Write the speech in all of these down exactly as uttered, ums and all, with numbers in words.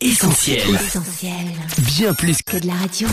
Essentiel. Essentiel. Bien plus que de la radio.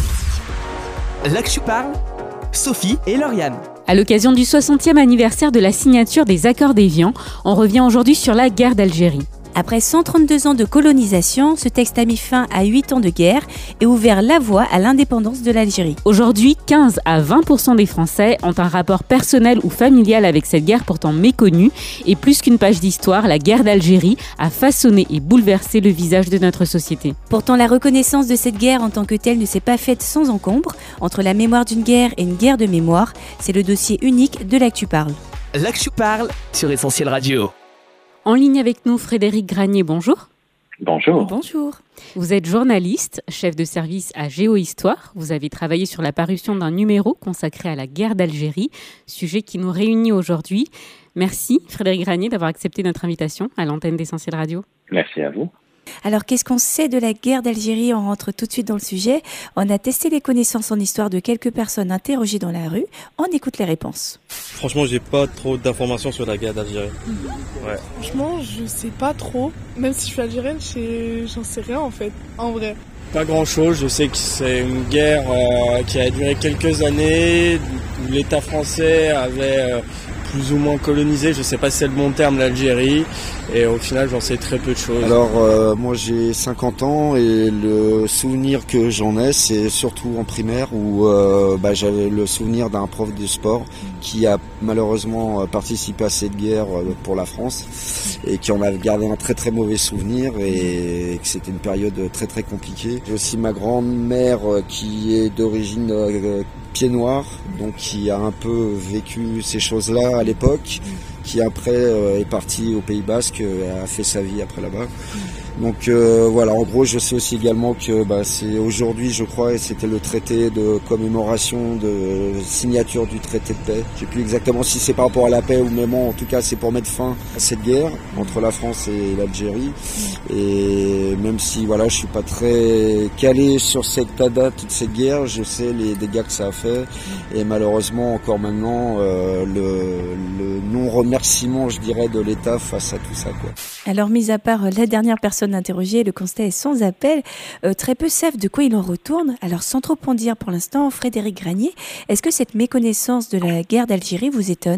L'Actu parle, Sophie et Lauriane. À l'occasion du soixantième anniversaire de la signature des accords d'Évian, on revient aujourd'hui sur la guerre d'Algérie. Après cent trente-deux ans de colonisation, ce texte a mis fin à huit ans de guerre et ouvert la voie à l'indépendance de l'Algérie. Aujourd'hui, quinze à vingt pour cent des Français ont un rapport personnel ou familial avec cette guerre pourtant méconnue. Et plus qu'une page d'histoire, la guerre d'Algérie a façonné et bouleversé le visage de notre société. Pourtant, la reconnaissance de cette guerre en tant que telle ne s'est pas faite sans encombre. Entre la mémoire d'une guerre et une guerre de mémoire, c'est le dossier unique de l'Actu parle. L'Actu parle sur Essentiel Radio. En ligne avec nous, Frédéric Granier, bonjour. Bonjour. Bonjour. Vous êtes journaliste, chef de service à Géohistoire. Vous avez travaillé sur la parution d'un numéro consacré à la guerre d'Algérie, sujet qui nous réunit aujourd'hui. Merci Frédéric Granier d'avoir accepté notre invitation à l'antenne d'Essentiel Radio. Merci à vous. Alors, qu'est-ce qu'on sait de la guerre d'Algérie ? On rentre tout de suite dans le sujet. On a testé les connaissances en histoire de quelques personnes interrogées dans la rue. On écoute les réponses. Franchement, j'ai pas trop d'informations sur la guerre d'Algérie. Ouais. Franchement, je sais pas trop. Même si je suis algérienne, j'en sais rien en fait, en vrai. Pas grand chose, je sais que c'est une guerre euh, qui a duré quelques années, où l'État français avait euh, plus ou moins colonisé, je sais pas si c'est le bon terme, l'Algérie, et au final j'en sais très peu de choses. Alors euh, moi j'ai cinquante ans et le souvenir que j'en ai c'est surtout en primaire où euh, bah, j'avais le souvenir d'un prof de sport qui a malheureusement participé à cette guerre pour la France et qui en a gardé un très très mauvais souvenir et que c'était une période très très compliquée. J'ai aussi ma grand-mère qui est d'origine euh, pied noir, donc qui a un peu vécu ces choses-là à l'époque, qui après euh, est parti au Pays Basque et a fait sa vie après là-bas. Donc euh, voilà, en gros je sais aussi également que bah, c'est aujourd'hui je crois et c'était le traité de commémoration de signature du traité de paix. Je sais plus exactement si c'est par rapport à la paix ou même en tout cas c'est pour mettre fin à cette guerre entre la France et l'Algérie. Et même si voilà je suis pas très calé sur cette date de cette guerre, je sais les dégâts que ça a fait et malheureusement encore maintenant euh, le, le non-remerciement je dirais de l'État face à tout ça quoi. Alors mis à part la dernière personne interrogée, le constat est sans appel. Euh, très peu savent de quoi il en retourne. Alors sans trop en dire pour l'instant, Frédéric Granier, est-ce que cette méconnaissance de la guerre d'Algérie vous étonne ?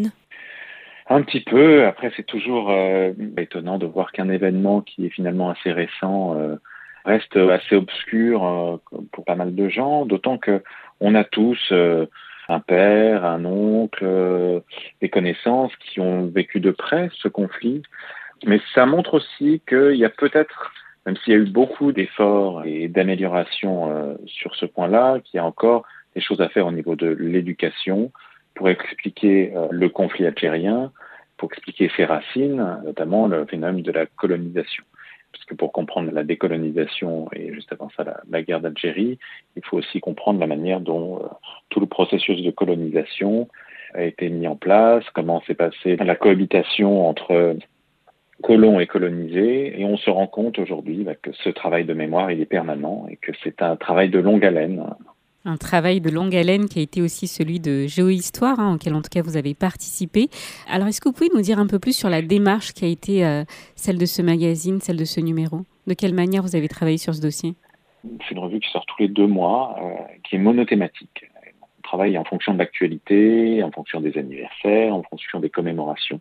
Un petit peu. Après, c'est toujours euh, étonnant de voir qu'un événement qui est finalement assez récent euh, reste assez obscur euh, pour pas mal de gens, d'autant que on a tous euh, un père, un oncle, euh, des connaissances qui ont vécu de près ce conflit. Mais ça montre aussi qu'il y a peut-être, même s'il y a eu beaucoup d'efforts et d'améliorations euh, sur ce point-là, qu'il y a encore des choses à faire au niveau de l'éducation pour expliquer euh, le conflit algérien, pour expliquer ses racines, notamment le phénomène de la colonisation. Parce que pour comprendre la décolonisation et juste avant ça la, la guerre d'Algérie, il faut aussi comprendre la manière dont euh, tout le processus de colonisation a été mis en place, comment s'est passée la cohabitation entre colons et colonisés, et on se rend compte aujourd'hui bah, que ce travail de mémoire il est permanent et que c'est un travail de longue haleine. Un travail de longue haleine qui a été aussi celui de Géohistoire, hein, auquel en tout cas vous avez participé. Alors est-ce que vous pouvez nous dire un peu plus sur la démarche qui a été euh, celle de ce magazine, celle de ce numéro ? De quelle manière vous avez travaillé sur ce dossier ? C'est une revue qui sort tous les deux mois, euh, qui est monothématique. On travaille en fonction de l'actualité, en fonction des anniversaires, en fonction des commémorations.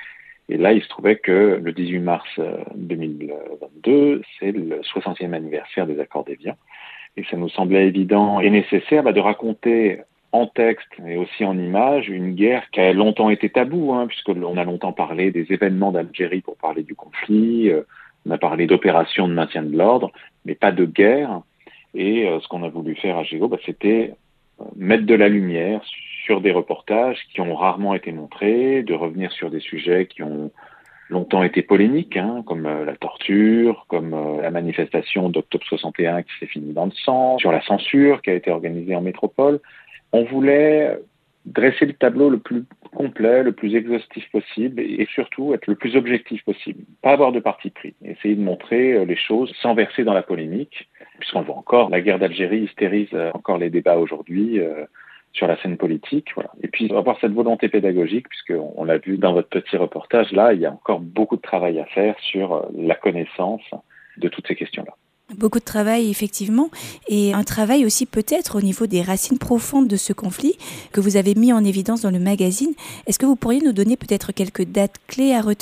Et là, il se trouvait que le dix-huit mars deux mille vingt-deux, c'est le soixantième anniversaire des accords d'Évian. Et ça nous semblait évident et nécessaire bah, de raconter en texte et aussi en images une guerre qui a longtemps été taboue, hein, puisqu'on a longtemps parlé des événements d'Algérie pour parler du conflit, euh, on a parlé d'opérations de maintien de l'ordre, mais pas de guerre. Et euh, ce qu'on a voulu faire à Géo, bah, c'était euh, mettre de la lumière sur des reportages qui ont rarement été montrés, de revenir sur des sujets qui ont longtemps été polémiques, hein, comme euh, la torture, comme euh, la manifestation d'octobre soixante et un qui s'est finie dans le sang, sur la censure qui a été organisée en métropole. On voulait dresser le tableau le plus complet, le plus exhaustif possible et surtout être le plus objectif possible. Pas avoir de parti pris. Essayer de montrer euh, les choses sans verser dans la polémique, puisqu'on le voit encore, la guerre d'Algérie hystérise euh, encore les débats aujourd'hui, euh, sur la scène politique, voilà. Et puis avoir cette volonté pédagogique, puisque on l'a vu dans votre petit reportage, là, il y a encore beaucoup de travail à faire sur la connaissance de toutes ces questions-là. Beaucoup de travail, effectivement, et un travail aussi peut-être au niveau des racines profondes de ce conflit que vous avez mis en évidence dans le magazine. Est-ce que vous pourriez nous donner peut-être quelques dates clés à retenir ?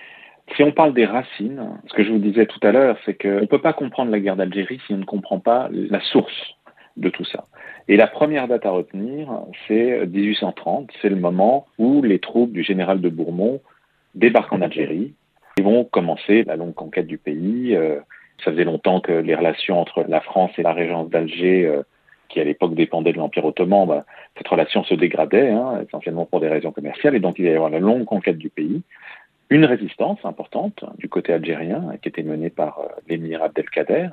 Si on parle des racines, ce que je vous disais tout à l'heure, c'est qu'on ne peut pas comprendre la guerre d'Algérie si on ne comprend pas la source de tout ça. Et la première date à retenir, c'est dix-huit cent trente, c'est le moment où les troupes du général de Bourmont débarquent en Algérie et vont commencer la longue conquête du pays. Ça faisait longtemps que les relations entre la France et la régence d'Alger, euh, qui à l'époque dépendait de l'Empire ottoman, bah, cette relation se dégradait, hein, essentiellement pour des raisons commerciales, et donc il va y avoir la longue conquête du pays, une résistance importante du côté algérien, qui était menée par euh, l'émir Abdelkader,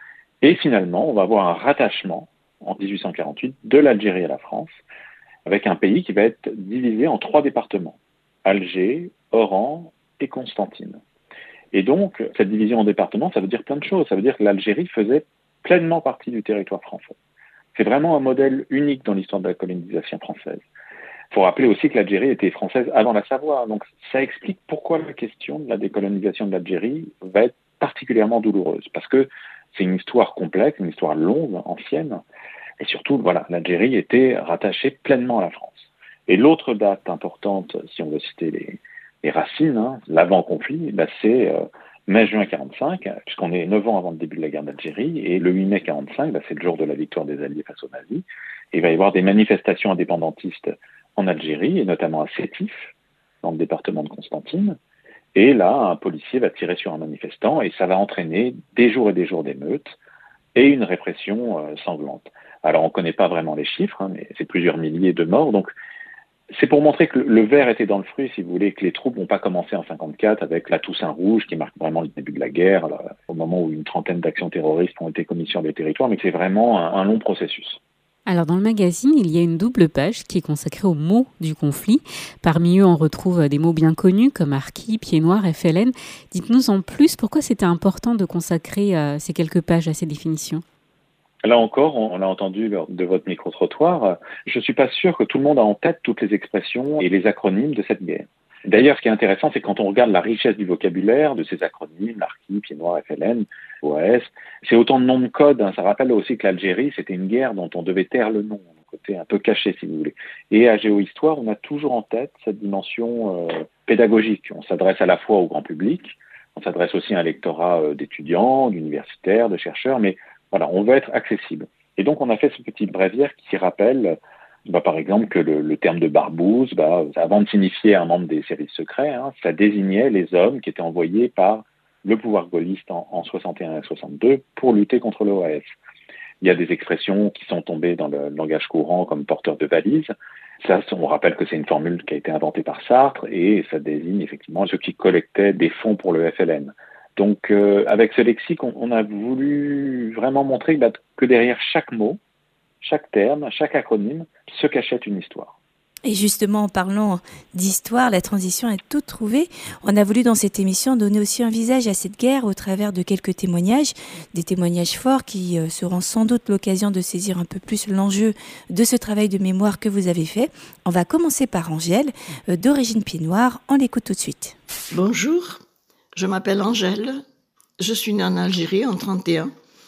et finalement on va avoir un rattachement en dix-huit cent quarante-huit de l'Algérie à la France, avec un pays qui va être divisé en trois départements, Alger, Oran et Constantine. Et donc, cette division en départements, ça veut dire plein de choses. Ça veut dire que l'Algérie faisait pleinement partie du territoire français. C'est vraiment un modèle unique dans l'histoire de la colonisation française. Il faut rappeler aussi que l'Algérie était française avant la Savoie. Donc, ça explique pourquoi la question de la décolonisation de l'Algérie va être particulièrement douloureuse. Parce que c'est une histoire complexe, une histoire longue, ancienne. Et surtout, voilà, l'Algérie était rattachée pleinement à la France. Et l'autre date importante, si on veut citer les... les racines, hein, l'avant-conflit, bah, c'est euh, mai-juin quarante-cinq, puisqu'on est neuf ans avant le début de la guerre d'Algérie, et le huit mai quarante-cinq, bah, c'est le jour de la victoire des Alliés face aux nazis. Et il va y avoir des manifestations indépendantistes en Algérie, et notamment à Sétif, dans le département de Constantine. Et là, un policier va tirer sur un manifestant, et ça va entraîner des jours et des jours d'émeutes, et une répression euh, sanglante. Alors, on ne connaît pas vraiment les chiffres, hein, mais c'est plusieurs milliers de morts, donc c'est pour montrer que le verre était dans le fruit, si vous voulez, que les troupes n'ont pas commencé en cinquante-quatre avec la Toussaint Rouge, qui marque vraiment le début de la guerre, là, au moment où une trentaine d'actions terroristes ont été commises sur les territoires, mais que c'est vraiment un, un long processus. Alors dans le magazine, il y a une double page qui est consacrée aux mots du conflit. Parmi eux, on retrouve des mots bien connus comme harki, pied noir, F L N. Dites-nous en plus, pourquoi c'était important de consacrer euh, ces quelques pages à ces définitions ? Là encore, on l'a entendu lors de votre micro-trottoir, je ne suis pas sûr que tout le monde a en tête toutes les expressions et les acronymes de cette guerre. D'ailleurs, ce qui est intéressant, c'est quand on regarde la richesse du vocabulaire de ces acronymes, harki, pied noir, F L N, O A S, c'est autant de noms de code. Hein. Ça rappelle aussi que l'Algérie, c'était une guerre dont on devait taire le nom, un côté un peu caché, si vous voulez. Et à Géohistoire, on a toujours en tête cette dimension euh, pédagogique. On s'adresse à la fois au grand public, on s'adresse aussi à un lectorat euh, d'étudiants, d'universitaires, de chercheurs, mais voilà, on veut être accessible. Et donc, on a fait ce petit bréviaire qui rappelle, bah, par exemple, que le, le terme de barbouze, bah, avant de signifier un membre des services secrets, hein, ça désignait les hommes qui étaient envoyés par le pouvoir gaulliste en, en soixante et un et soixante-deux pour lutter contre l'O A S. Il y a des expressions qui sont tombées dans le langage courant comme porteur de valise. Ça, on rappelle que c'est une formule qui a été inventée par Sartre et ça désigne effectivement ceux qui collectaient des fonds pour le F L N. Donc, euh, avec ce lexique, on, on a voulu vraiment montrer bah, que derrière chaque mot, chaque terme, chaque acronyme, se cachait une histoire. Et justement, en parlant d'histoire, la transition est toute trouvée. On a voulu dans cette émission donner aussi un visage à cette guerre au travers de quelques témoignages, des témoignages forts qui euh, seront sans doute l'occasion de saisir un peu plus l'enjeu de ce travail de mémoire que vous avez fait. On va commencer par Angèle, euh, d'origine pied noir. On l'écoute tout de suite. Bonjour. Je m'appelle Angèle, je suis née en Algérie en trente et un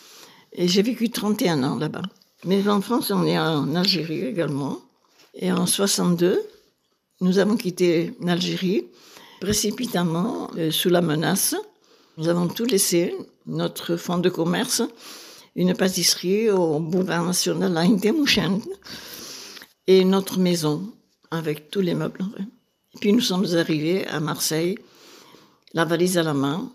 et j'ai vécu trente et un ans là-bas. Mes enfants sont nés en Algérie également et en soixante-deux, nous avons quitté l'Algérie précipitamment euh, sous la menace. Nous avons tout laissé, notre fonds de commerce, une pâtisserie au boulevard national à Intemouchen et notre maison avec tous les meubles. Et puis nous sommes arrivés à Marseille, la valise à la main,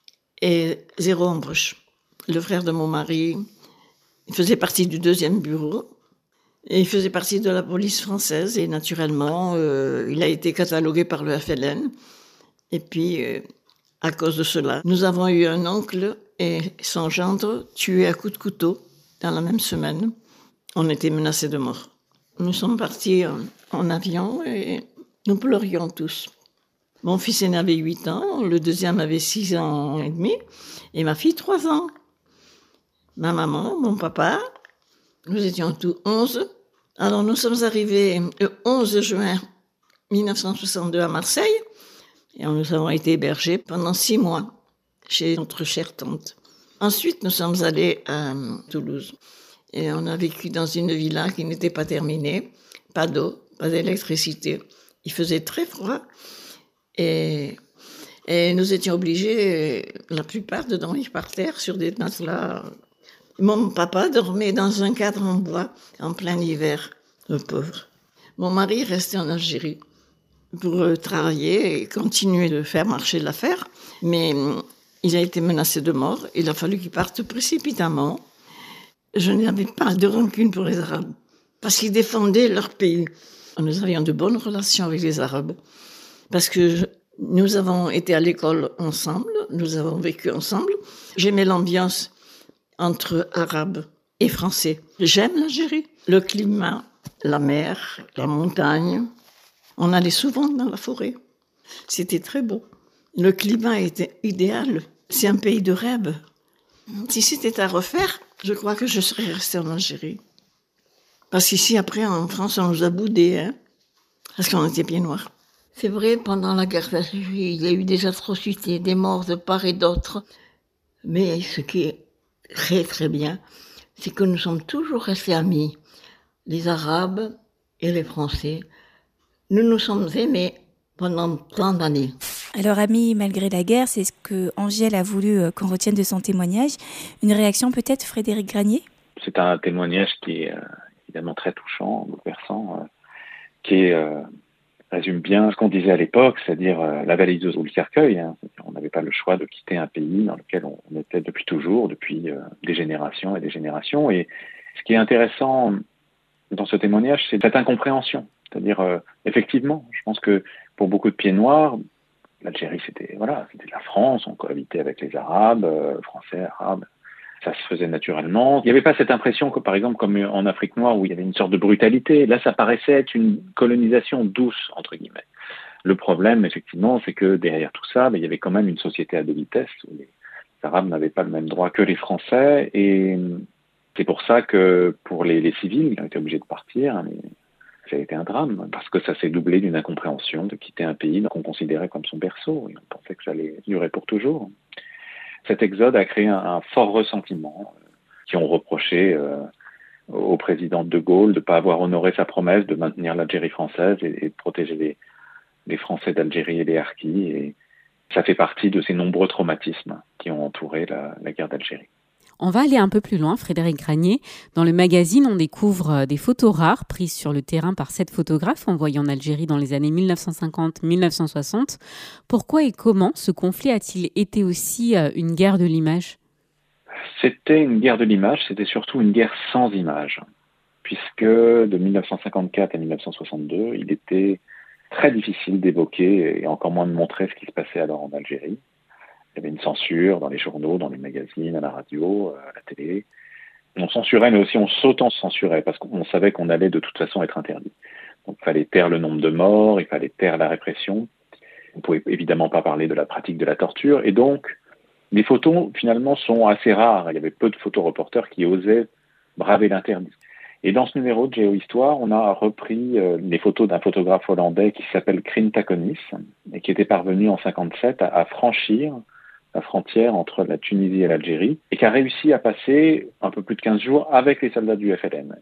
et zéro embauche. Le frère de mon mari, il faisait partie du deuxième bureau, et il faisait partie de la police française, et naturellement, euh, il a été catalogué par le F L N. Et puis, euh, à cause de cela, nous avons eu un oncle et son gendre tués à coups de couteau dans la même semaine. On était menacés de mort. Nous sommes partis en, en avion, et nous pleurions tous. Mon fils aîné avait huit ans, le deuxième avait six ans et demi, et ma fille trois ans. Ma maman, mon papa, nous étions tous onze. Alors nous sommes arrivés le onze juin mille neuf cent soixante-deux à Marseille, et nous avons été hébergés pendant six mois chez notre chère tante. Ensuite, nous sommes allés à Toulouse et on a vécu dans une villa qui n'était pas terminée, pas d'eau, pas d'électricité. Il faisait très froid et, et nous étions obligés, la plupart, de dormir par terre sur des matelas. Mon papa dormait dans un cadre en bois en plein hiver, le pauvre. Mon mari restait en Algérie pour travailler et continuer de faire marcher l'affaire, mais il a été menacé de mort. Il a fallu qu'il parte précipitamment. Je n'avais pas de rancune pour les Arabes, parce qu'ils défendaient leur pays. Nous avions de bonnes relations avec les Arabes, parce que je, nous avons été à l'école ensemble, nous avons vécu ensemble. J'aimais l'ambiance entre Arabes et Français. J'aime l'Algérie, le climat, la mer, la montagne. On allait souvent dans la forêt. C'était très beau. Le climat était idéal. C'est un pays de rêve. Si c'était à refaire, je crois que je serais restée en Algérie. Parce qu'ici, après, en France, on nous a boudés, hein, parce qu'on était pieds noirs. C'est vrai, pendant la guerre d'Algérie, il y a eu des atrocités, des morts de part et d'autre. Mais ce qui est très, très bien, c'est que nous sommes toujours restés amis, les Arabes et les Français. Nous nous sommes aimés pendant plein d'années. Alors, amis, malgré la guerre, c'est ce que Angèle a voulu euh, qu'on retienne de son témoignage. Une réaction peut-être, Frédéric Granier ? C'est un témoignage qui est euh, évidemment très touchant, bouleversant, euh, qui est, euh, résume bien ce qu'on disait à l'époque, c'est-à-dire euh, la valideuse ou le cercueil. Hein. On n'avait pas le choix de quitter un pays dans lequel on, on était depuis toujours, depuis euh, des générations et des générations. Et ce qui est intéressant dans ce témoignage, c'est cette incompréhension. C'est-à-dire, euh, effectivement, je pense que pour beaucoup de pieds noirs, l'Algérie, c'était voilà, c'était la France, on cohabitait avec les Arabes, euh, Français, Arabes, ça se faisait naturellement. Il n'y avait pas cette impression que, par exemple, comme en Afrique noire, où il y avait une sorte de brutalité, là, ça paraissait être une colonisation douce, entre guillemets. Le problème, effectivement, c'est que derrière tout ça, ben, il y avait quand même une société à deux vitesses, où les Arabes n'avaient pas le même droit que les Français, et c'est pour ça que, pour les, les civils, ils ont été obligés de partir, mais ça a été un drame, parce que ça s'est doublé d'une incompréhension de quitter un pays qu'on considérait comme son berceau, et on pensait que ça allait durer pour toujours. Cet exode a créé un, un fort ressentiment, euh, qui ont reproché euh, au président de Gaulle de ne pas avoir honoré sa promesse de maintenir l'Algérie française et, et de protéger les, les Français d'Algérie et les Harkis, et ça fait partie de ces nombreux traumatismes qui ont entouré la, la guerre d'Algérie. On va aller un peu plus loin, Frédéric Granier. Dans le magazine, on découvre des photos rares prises sur le terrain par sept photographes envoyés en Algérie dans les années dix-neuf cent cinquante à dix-neuf cent soixante. Pourquoi et comment ce conflit a-t-il été aussi une guerre de l'image ? C'était une guerre de l'image, c'était surtout une guerre sans image, puisque de dix-neuf cent cinquante-quatre à dix-neuf cent soixante-deux, il était très difficile d'évoquer et encore moins de montrer ce qui se passait alors en Algérie. Il y avait une censure dans les journaux, dans les magazines, à la radio, à la télé. On censurait, mais aussi on s'auto-censurait, parce qu'on savait qu'on allait de toute façon être interdit. Donc il fallait taire le nombre de morts, il fallait taire la répression. On ne pouvait évidemment pas parler de la pratique de la torture. Et donc, les photos, finalement, sont assez rares. Il y avait peu de photoreporters qui osaient braver l'interdit. Et dans ce numéro de Géohistoire, on a repris euh, les photos d'un photographe hollandais qui s'appelle Krijn Takonis, et qui était parvenu en cinquante-sept à, à franchir la frontière entre la Tunisie et l'Algérie, et qui a réussi à passer un peu plus de quinze jours avec les soldats du F L N.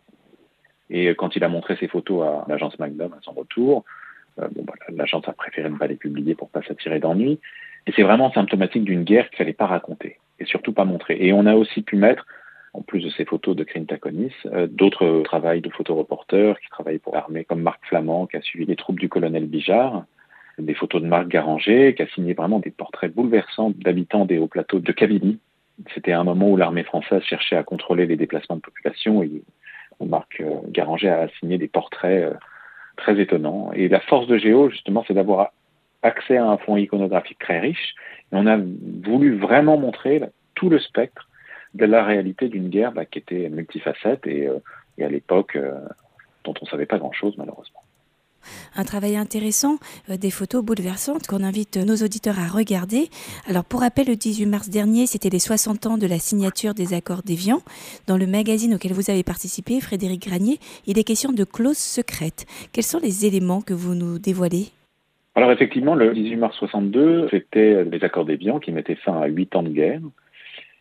Et quand il a montré ses photos à l'agence Magnum à son retour, euh, bon, bah, l'agence a préféré ne pas les publier pour ne pas s'attirer d'ennui. Et c'est vraiment symptomatique d'une guerre qu'il ne fallait pas raconter, et surtout pas montrer. Et on a aussi pu mettre, en plus de ces photos de Krijn Takonis, euh, d'autres travails de photoreporters qui travaillent pour l'armée, comme Marc Flamand, qui a suivi les troupes du colonel Bijard, des photos de Marc Garanger, qui a signé vraiment des portraits bouleversants d'habitants des hauts plateaux de Kabylie. C'était un moment où l'armée française cherchait à contrôler les déplacements de population, et où Marc Garanger a signé des portraits euh, très étonnants. Et la force de Géo, justement, c'est d'avoir accès à un fonds iconographique très riche, et on a voulu vraiment montrer là, tout le spectre de la réalité d'une guerre bah, qui était multifacette, et, euh, et à l'époque euh, dont on ne savait pas grand-chose, malheureusement. Un travail intéressant, euh, des photos bouleversantes qu'on invite nos auditeurs à regarder. Alors pour rappel, le dix-huit mars dernier, c'était les soixante ans de la signature des accords d'Évian. Dans le magazine auquel vous avez participé, Frédéric Granier, il est question de clauses secrètes. Quels sont les éléments que vous nous dévoilez ? Alors effectivement, le dix-huit mars soixante-deux, c'était les accords d'Évian qui mettaient fin à huit ans de guerre.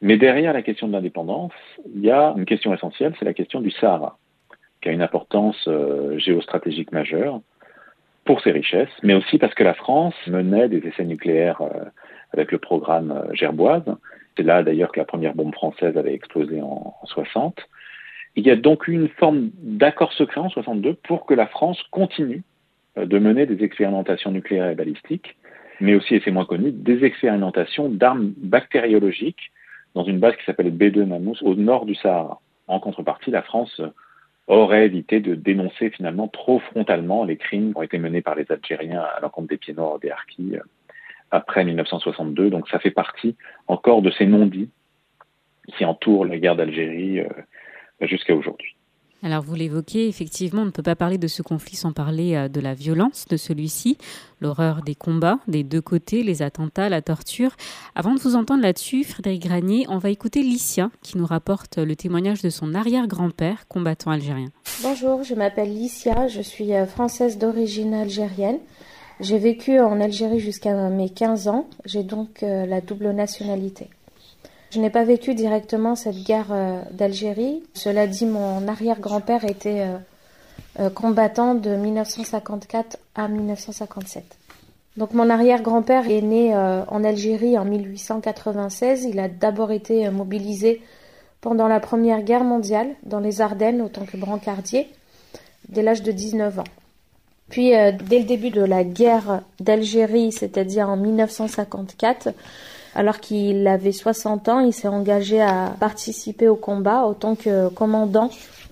Mais derrière la question de l'indépendance, il y a une question essentielle, c'est la question du Sahara, qui a une importance euh, géostratégique majeure pour ses richesses, mais aussi parce que la France menait des essais nucléaires euh, avec le programme euh, Gerboise. C'est là d'ailleurs que la première bombe française avait explosé en, en soixante. Il y a donc eu une forme d'accord secret en soixante-deux pour que la France continue euh, de mener des expérimentations nucléaires et balistiques, mais aussi, et c'est moins connu, des expérimentations d'armes bactériologiques dans une base qui s'appelle B deux Mamous au nord du Sahara. En contrepartie, la France aurait évité de dénoncer finalement trop frontalement les crimes qui ont été menés par les Algériens à l'encontre des pieds noirs des Harkis après mille neuf cent soixante-deux. Donc ça fait partie encore de ces non-dits qui entourent la guerre d'Algérie euh, jusqu'à aujourd'hui. Alors vous l'évoquez, effectivement, on ne peut pas parler de ce conflit sans parler de la violence de celui-ci, l'horreur des combats des deux côtés, les attentats, la torture. Avant de vous entendre là-dessus, Frédéric Granier, on va écouter Licia qui nous rapporte le témoignage de son arrière-grand-père, combattant algérien. Bonjour, je m'appelle Licia, je suis française d'origine algérienne. J'ai vécu en Algérie jusqu'à mes quinze ans, j'ai donc la double nationalité. Je n'ai pas vécu directement cette guerre euh, d'Algérie. Cela dit, mon arrière-grand-père était euh, euh, combattant de mille neuf cent cinquante-quatre à mille neuf cent cinquante-sept. Donc mon arrière-grand-père est né euh, en Algérie en mille huit cent quatre-vingt-seize. Il a d'abord été euh, mobilisé pendant la Première Guerre mondiale dans les Ardennes en tant que brancardier dès l'âge de dix-neuf ans. Puis euh, dès le début de la guerre d'Algérie, c'est-à-dire en mille neuf cent cinquante-quatre, alors qu'il avait soixante ans, il s'est engagé à participer au combat en tant que commandant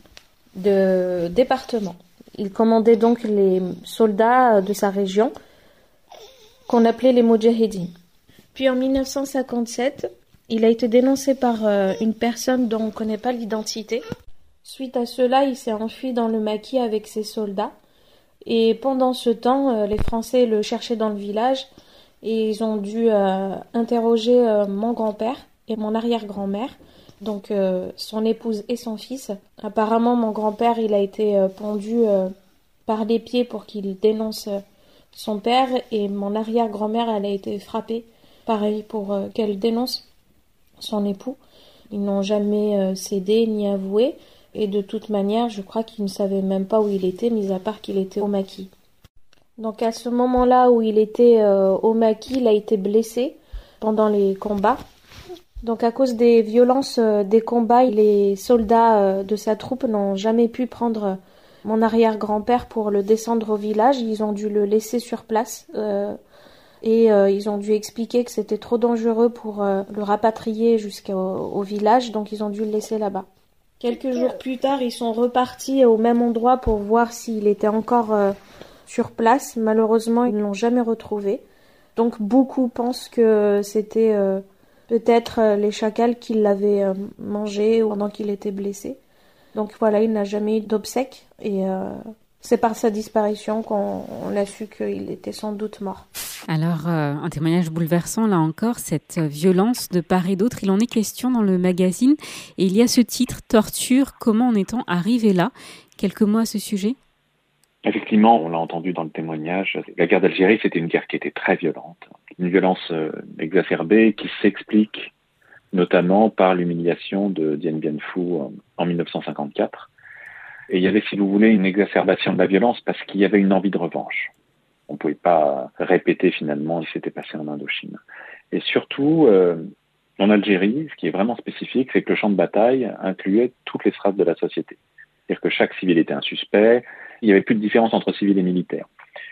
de département. Il commandait donc les soldats de sa région, qu'on appelait les Moudjahidines. Puis en mille neuf cent cinquante-sept, il a été dénoncé par une personne dont on ne connaît pas l'identité. Suite à cela, il s'est enfui dans le maquis avec ses soldats. Et pendant ce temps, les Français le cherchaient dans le village. Et ils ont dû euh, interroger euh, mon grand-père et mon arrière-grand-mère, donc euh, son épouse et son fils. Apparemment, mon grand-père, il a été euh, pendu euh, par les pieds pour qu'il dénonce euh, son père, et mon arrière-grand-mère, elle a été frappée, pareil, pour euh, qu'elle dénonce son époux. Ils n'ont jamais euh, cédé ni avoué, et de toute manière, je crois qu'ils ne savaient même pas où il était, mis à part qu'il était au maquis. Donc à ce moment-là où il était euh, au maquis, il a été blessé pendant les combats. Donc à cause des violences euh, des combats, les soldats euh, de sa troupe n'ont jamais pu prendre mon arrière-grand-père pour le descendre au village. Ils ont dû le laisser sur place euh, et euh, ils ont dû expliquer que c'était trop dangereux pour euh, le rapatrier jusqu'au au village, donc ils ont dû le laisser là-bas. Quelques jours plus tard, ils sont repartis au même endroit pour voir s'il était encore euh, sur place. Malheureusement, ils ne l'ont jamais retrouvé. Donc beaucoup pensent que c'était euh, peut-être euh, les chacals qui l'avaient euh, mangé pendant qu'il était blessé. Donc voilà, il n'a jamais eu d'obsèques et euh, c'est par sa disparition qu'on on a su qu'il était sans doute mort. Alors, euh, un témoignage bouleversant, là encore, cette violence de part et d'autre. Il en est question dans le magazine et il y a ce titre, Torture, comment en est-on arrivé là? Quelques mots à ce sujet? Effectivement, on l'a entendu dans le témoignage, la guerre d'Algérie, c'était une guerre qui était très violente. Une violence euh, exacerbée qui s'explique notamment par l'humiliation de Dien Bien Phu en, en mille neuf cent cinquante-quatre. Et il y avait, si vous voulez, une exacerbation de la violence parce qu'il y avait une envie de revanche. On ne pouvait pas répéter finalement ce qui s'était passé en Indochine. Et surtout, euh, en Algérie, ce qui est vraiment spécifique, c'est que le champ de bataille incluait toutes les strates de la société. C'est-à-dire que chaque civil était un suspect, il n'y avait plus de différence entre civils et militaires.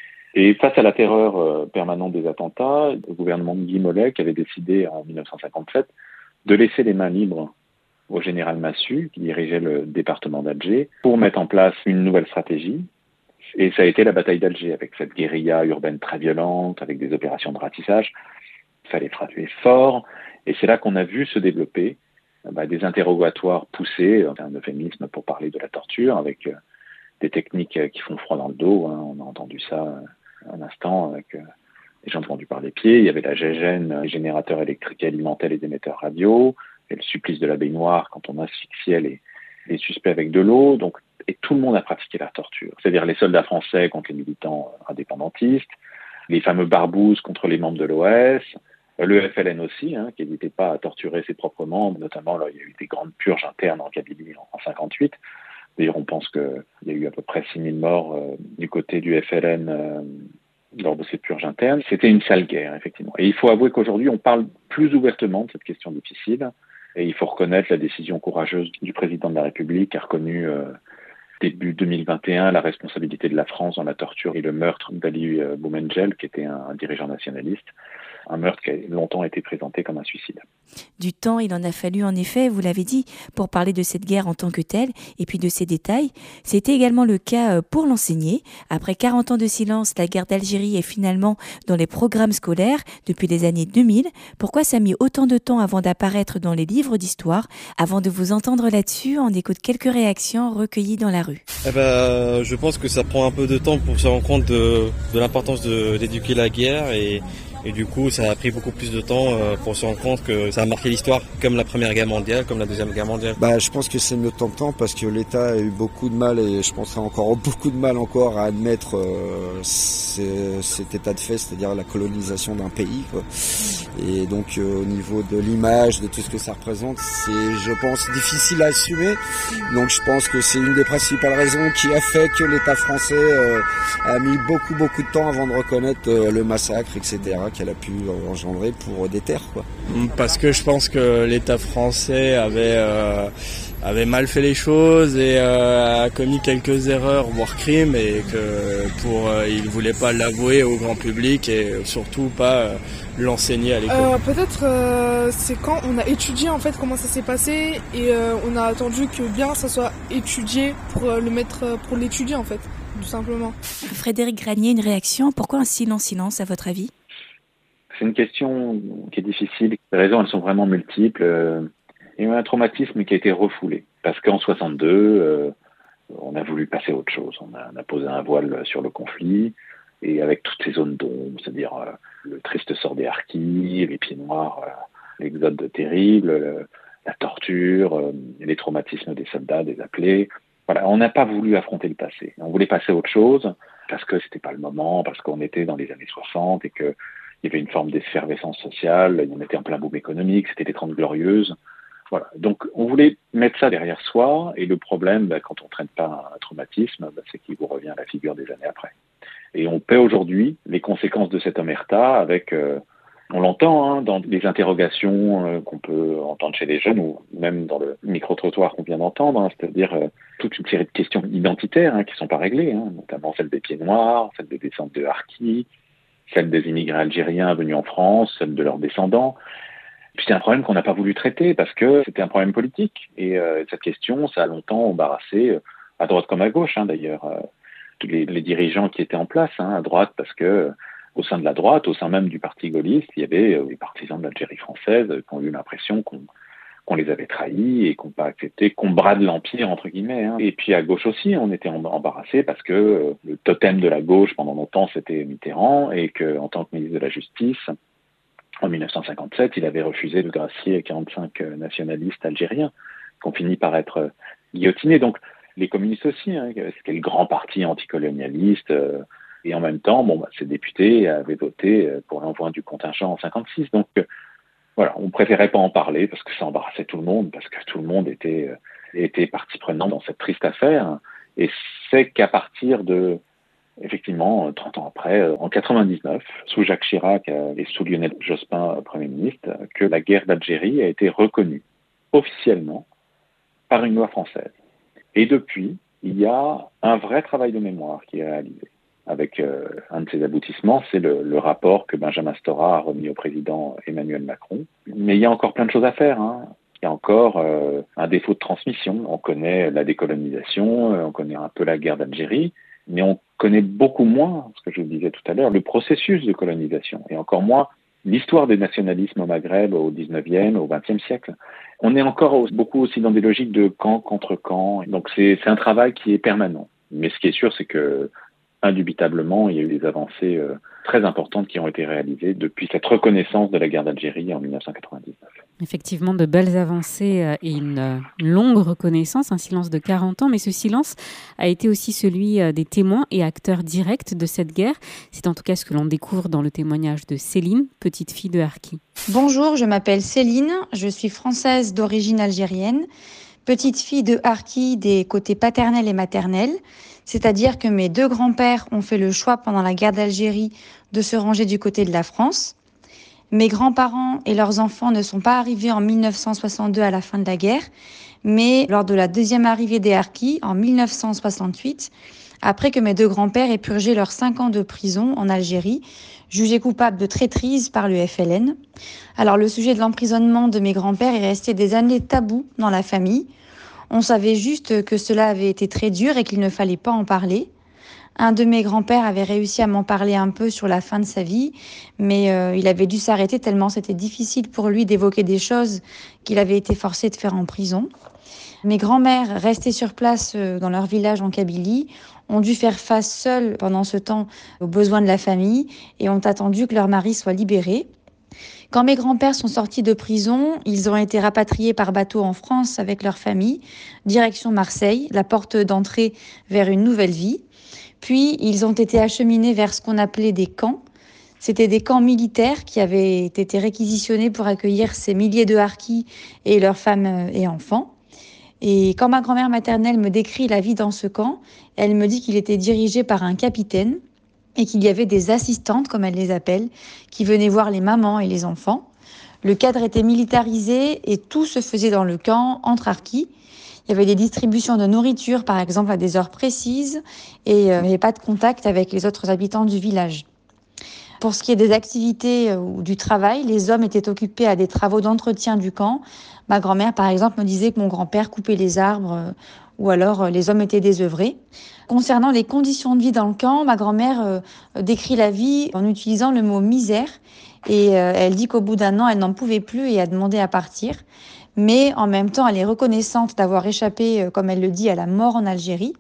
Et face à la terreur euh, permanente des attentats, le gouvernement de Guy Mollet avait décidé en mille neuf cent cinquante-sept de laisser les mains libres au général Massu, qui dirigeait le département d'Alger, pour mettre en place une nouvelle stratégie. Et ça a été la bataille d'Alger, avec cette guérilla urbaine très violente, avec des opérations de ratissage. Il fallait frapper fort, et c'est là qu'on a vu se développer bah, des interrogatoires poussés, c'est un euphémisme pour parler de la torture, avec euh, des techniques qui font froid dans le dos, hein. On a entendu ça euh, un instant avec euh, les gens pendus par les pieds. Il y avait la gégène, les générateurs électriques qui alimentaient les émetteurs radio, et le supplice de la baignoire quand on asphyxiait les, les suspects avec de l'eau. Donc, et tout le monde a pratiqué la torture. C'est-à-dire les soldats français contre les militants indépendantistes, les fameux barbouzes contre les membres de l'O S, Le F L N aussi, hein, qui n'hésitait pas à torturer ses propres membres, notamment là, il y a eu des grandes purges internes en Kabylie en, en cinquante-huit. D'ailleurs, on pense qu'il y a eu à peu près six mille morts euh, du côté du F L N euh, lors de ces purges internes. C'était une sale guerre, effectivement. Et il faut avouer qu'aujourd'hui, on parle plus ouvertement de cette question difficile. Et il faut reconnaître la décision courageuse du président de la République, qui a reconnu euh, début deux mille vingt et un la responsabilité de la France dans la torture et le meurtre d'Ali euh, Boumendjel, qui était un, un dirigeant nationaliste. Un meurtre qui a longtemps été présenté comme un suicide. Du temps, il en a fallu en effet, vous l'avez dit, pour parler de cette guerre en tant que telle et puis de ses détails. C'était également le cas pour l'enseigner. Après quarante ans de silence, la guerre d'Algérie est finalement dans les programmes scolaires depuis les années deux mille. Pourquoi ça a mis autant de temps avant d'apparaître dans les livres d'histoire? Avant de vous entendre là-dessus, on écoute quelques réactions recueillies dans la rue. Eh ben, je pense que ça prend un peu de temps pour se rendre compte de, de l'importance de, d'éduquer la guerre et Et du coup, ça a pris beaucoup plus de temps pour se rendre compte que ça a marqué l'histoire, comme la Première Guerre mondiale, comme la Deuxième Guerre mondiale. Bah, je pense que c'est mieux de temps en temps parce que l'État a eu beaucoup de mal et je pense encore beaucoup de mal encore à admettre euh, ces, cet état de fait, c'est-à-dire la colonisation d'un pays, quoi. Et donc, euh, au niveau de l'image, de tout ce que ça représente, c'est, je pense, difficile à assumer. Donc, je pense que c'est une des principales raisons qui a fait que l'État français euh, a mis beaucoup, beaucoup de temps avant de reconnaître euh, le massacre, et cetera, qu'elle a pu engendrer pour des terres, quoi. Parce que je pense que l'État français avait euh, avait mal fait les choses et euh, a commis quelques erreurs, voire crimes, et que pour euh, il voulait pas l'avouer au grand public et surtout pas euh, l'enseigner à l'école. Euh, peut-être euh, c'est quand on a étudié en fait comment ça s'est passé et euh, on a attendu que bien ça soit étudié pour euh, le mettre pour l'étudier en fait, tout simplement. Frédéric Granier, une réaction. Pourquoi un silence silence à votre avis? C'est une question qui est difficile. Les raisons, elles sont vraiment multiples. Il y a eu un traumatisme qui a été refoulé. Parce qu'en soixante-deux, euh, on a voulu passer à autre chose. On a, on a posé un voile sur le conflit. Et avec toutes ces zones d'ombre, c'est-à-dire euh, le triste sort des harkis, les pieds noirs, euh, l'exode terrible, euh, la torture, euh, les traumatismes des soldats, des appelés. Voilà, on n'a pas voulu affronter le passé. On voulait passer à autre chose parce que c'était pas le moment, parce qu'on était dans les années soixante et que il y avait une forme d'effervescence sociale, on était en plein boom économique, c'était les Trente Glorieuses. Voilà. Donc, on voulait mettre ça derrière soi, et le problème, bah, quand on ne traite pas un traumatisme, bah, c'est qu'il vous revient à la figure des années après. Et on paie aujourd'hui les conséquences de cette omerta avec, euh, on l'entend hein, dans les interrogations euh, qu'on peut entendre chez les jeunes, ou même dans le micro-trottoir qu'on vient d'entendre, hein, c'est-à-dire euh, toute une série de questions identitaires hein, qui ne sont pas réglées, hein, notamment celle des pieds noirs, celle des descentes de harkis, celle des immigrés algériens venus en France, celle de leurs descendants. Puis c'est un problème qu'on n'a pas voulu traiter parce que c'était un problème politique. Et euh, cette question, ça a longtemps embarrassé, euh, à droite comme à gauche hein, d'ailleurs, euh, tous les, les dirigeants qui étaient en place, hein, à droite parce que euh, au sein de la droite, au sein même du parti gaulliste, il y avait euh, les partisans de l'Algérie française euh, qui ont eu l'impression qu'on qu'on les avait trahis et qu'on n'a pas accepté qu'on brade l'empire, entre guillemets. Hein. Et puis à gauche aussi, on était embarrassés parce que euh, le totem de la gauche pendant longtemps, c'était Mitterrand, et qu'en tant que ministre de la Justice, en dix-neuf cent cinquante-sept, il avait refusé de gracier quarante-cinq nationalistes algériens qui ont fini par être guillotinés. Donc les communistes aussi, hein, c'était le grand parti anticolonialiste, euh, et en même temps, bon, bah, ces députés avaient voté pour l'envoi du contingent en cinquante-six. Donc euh, Voilà, on préférait pas en parler parce que ça embarrassait tout le monde, parce que tout le monde était, était partie prenante dans cette triste affaire. Et c'est qu'à partir de, effectivement, trente ans après, en quatre-vingt-dix-neuf, sous Jacques Chirac et sous Lionel Jospin, Premier ministre, que la guerre d'Algérie a été reconnue officiellement par une loi française. Et depuis, il y a un vrai travail de mémoire qui est réalisé. Avec euh, un de ses aboutissements, c'est le, le rapport que Benjamin Stora a remis au président Emmanuel Macron. Mais il y a encore plein de choses à faire, hein. Il y a encore euh, un défaut de transmission. On connaît la décolonisation, on connaît un peu la guerre d'Algérie, mais on connaît beaucoup moins, ce que je vous disais tout à l'heure, le processus de colonisation, et encore moins l'histoire des nationalismes au Maghreb au dix-neuvième, au vingtième siècle. On est encore beaucoup aussi dans des logiques de camp contre camp. Donc c'est, c'est un travail qui est permanent. Mais ce qui est sûr, c'est que indubitablement, il y a eu des avancées euh, très importantes qui ont été réalisées depuis cette reconnaissance de la guerre d'Algérie en dix-neuf cent quatre-vingt-dix-neuf. Effectivement, de belles avancées et une longue reconnaissance, un silence de quarante ans, mais ce silence a été aussi celui des témoins et acteurs directs de cette guerre. C'est en tout cas ce que l'on découvre dans le témoignage de Céline, petite fille de harki. Bonjour, je m'appelle Céline, je suis française d'origine algérienne, petite fille de harki des côtés paternel et maternel, c'est-à-dire que mes deux grands-pères ont fait le choix pendant la guerre d'Algérie de se ranger du côté de la France. Mes grands-parents et leurs enfants ne sont pas arrivés en mille neuf cent soixante-deux à la fin de la guerre, mais lors de la deuxième arrivée des harkis en mille neuf cent soixante-huit, après que mes deux grands-pères aient purgé leurs cinq ans de prison en Algérie, jugés coupables de traîtrise par le F L N. Alors le sujet de l'emprisonnement de mes grands-pères est resté des années tabou dans la famille. On savait juste que cela avait été très dur et qu'il ne fallait pas en parler. Un de mes grands-pères avait réussi à m'en parler un peu sur la fin de sa vie, mais euh, il avait dû s'arrêter tellement c'était difficile pour lui d'évoquer des choses qu'il avait été forcé de faire en prison. Mes grands-mères, restées sur place euh, dans leur village en Kabylie, ont dû faire face seules pendant ce temps aux besoins de la famille et ont attendu que leur mari soit libéré. Quand mes grands-pères sont sortis de prison, ils ont été rapatriés par bateau en France avec leur famille, direction Marseille, la porte d'entrée vers une nouvelle vie. Puis, ils ont été acheminés vers ce qu'on appelait des camps. C'était des camps militaires qui avaient été réquisitionnés pour accueillir ces milliers de harkis et leurs femmes et enfants. Et quand ma grand-mère maternelle me décrit la vie dans ce camp, elle me dit qu'il était dirigé par un capitaine et qu'il y avait des assistantes, comme elle les appelle, qui venaient voir les mamans et les enfants. Le cadre était militarisé et tout se faisait dans le camp, entre harkis. Il y avait des distributions de nourriture, par exemple, à des heures précises, et euh, il n'y avait pas de contact avec les autres habitants du village. Pour ce qui est des activités euh, ou du travail, les hommes étaient occupés à des travaux d'entretien du camp. Ma grand-mère, par exemple, me disait que mon grand-père coupait les arbres, euh, ou alors euh, les hommes étaient désœuvrés. Concernant les conditions de vie dans le camp, ma grand-mère euh, décrit la vie en utilisant le mot misère, et euh, elle dit qu'au bout d'un an, elle n'en pouvait plus et a demandé à partir. Mais en même temps, elle est reconnaissante d'avoir échappé, comme elle le dit, à la mort en Algérie.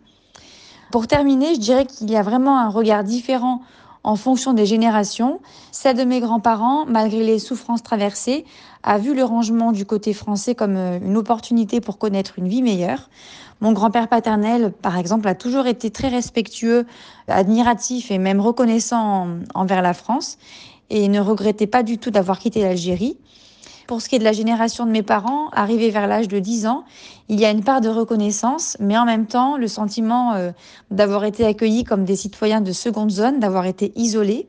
Pour terminer, je dirais qu'il y a vraiment un regard différent en fonction des générations. Celle de mes grands-parents, malgré les souffrances traversées, a vu le rangement du côté français comme une opportunité pour connaître une vie meilleure. Mon grand-père paternel, par exemple, a toujours été très respectueux, admiratif et même reconnaissant envers la France et ne regrettait pas du tout d'avoir quitté l'Algérie. Pour ce qui est de la génération de mes parents, arrivés vers l'âge de dix ans, il y a une part de reconnaissance, mais en même temps, le sentiment euh, d'avoir été accueillis comme des citoyens de seconde zone, d'avoir été isolés.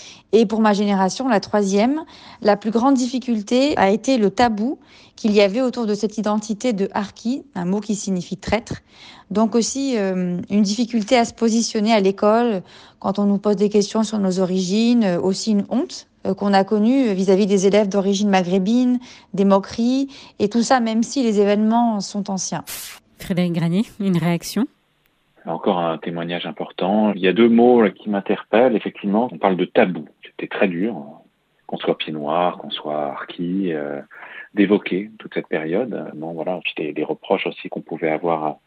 Et pour ma génération, la troisième, la plus grande difficulté a été le tabou qu'il y avait autour de cette identité de harki, un mot qui signifie traître. Donc aussi euh, une difficulté à se positionner à l'école quand on nous pose des questions sur nos origines, euh, aussi une honte qu'on a connu vis-à-vis des élèves d'origine maghrébine, des moqueries, et tout ça même si les événements sont anciens. Frédéric Granier, une réaction ? Encore un témoignage important. Il y a deux mots qui m'interpellent. Effectivement, on parle de tabou. C'était très dur, qu'on soit pied noir, qu'on soit harki, euh, d'évoquer toute cette période. Bon, voilà, puis des, des reproches aussi qu'on pouvait avoir à,